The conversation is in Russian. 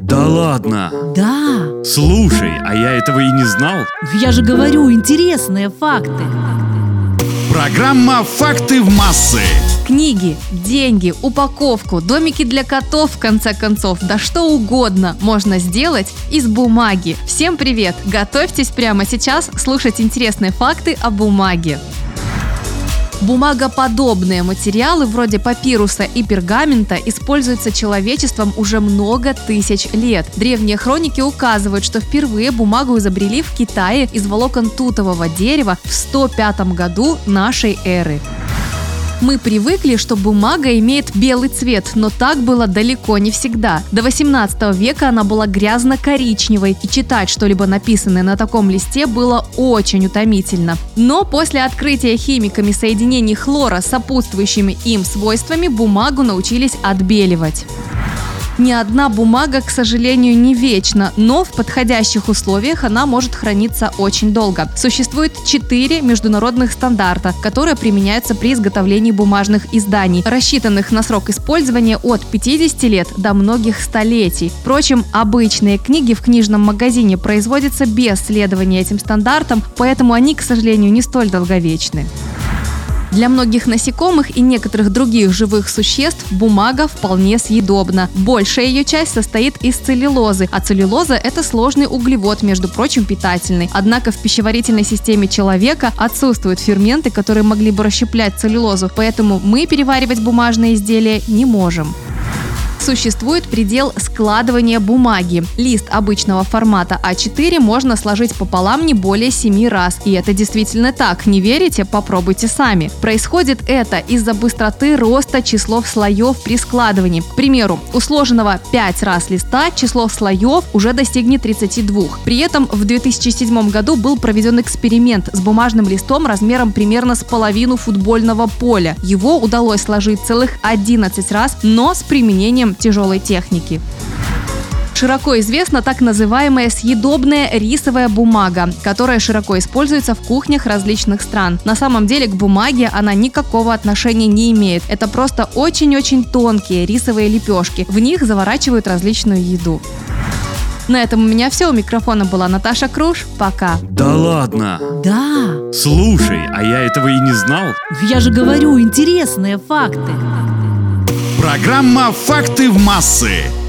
Да ладно? Да. Слушай, а я этого и не знал. Я же говорю, интересные факты. Программа «Факты в массы». Книги, деньги, упаковку, домики для котов, в конце концов, да что угодно можно сделать из бумаги. Всем привет! Готовьтесь прямо сейчас слушать интересные факты о бумаге. Бумагоподобные материалы вроде папируса и пергамента используются человечеством уже много тысяч лет. Древние хроники указывают, что впервые бумагу изобрели в Китае из волокон тутового дерева в 105 году нашей эры. Мы привыкли, что бумага имеет белый цвет, но так было далеко не всегда. До 18 века она была грязно-коричневой, и читать что-либо написанное на таком листе было очень утомительно. Но после открытия химиками соединений хлора с сопутствующими им свойствами бумагу научились отбеливать. Ни одна бумага, к сожалению, не вечна, но в подходящих условиях она может храниться очень долго. Существует 4 международных стандарта, которые применяются при изготовлении бумажных изданий, рассчитанных на срок использования от 50 лет до многих столетий. Впрочем, обычные книги в книжном магазине производятся без следования этим стандартам, поэтому они, к сожалению, не столь долговечны. Для многих насекомых и некоторых других живых существ бумага вполне съедобна. Большая ее часть состоит из целлюлозы, а целлюлоза – это сложный углевод, между прочим, питательный. Однако в пищеварительной системе человека отсутствуют ферменты, которые могли бы расщеплять целлюлозу, поэтому мы переваривать бумажные изделия не можем. Существует предел складывания бумаги. Лист обычного формата А4 можно сложить пополам не более 7 раз. И это действительно так. Не верите? Попробуйте сами. Происходит это из-за быстроты роста числов слоев при складывании. К примеру, у сложенного 5 раз листа число слоев уже достигнет 32. При этом в 2007 году был проведен эксперимент с бумажным листом размером примерно с половину футбольного поля. Его удалось сложить целых 11 раз, но с применением тяжелой техники. Широко известна так называемая съедобная рисовая бумага, которая широко используется в кухнях различных стран. На самом деле к бумаге она никакого отношения не имеет. Это просто очень-очень тонкие рисовые лепешки. В них заворачивают различную еду. На этом у меня все. У микрофона была Наташа Круш. Пока. Да ладно? Да. Слушай, а я этого и не знал. Я же говорю, интересные факты. Программа «Факты в массы».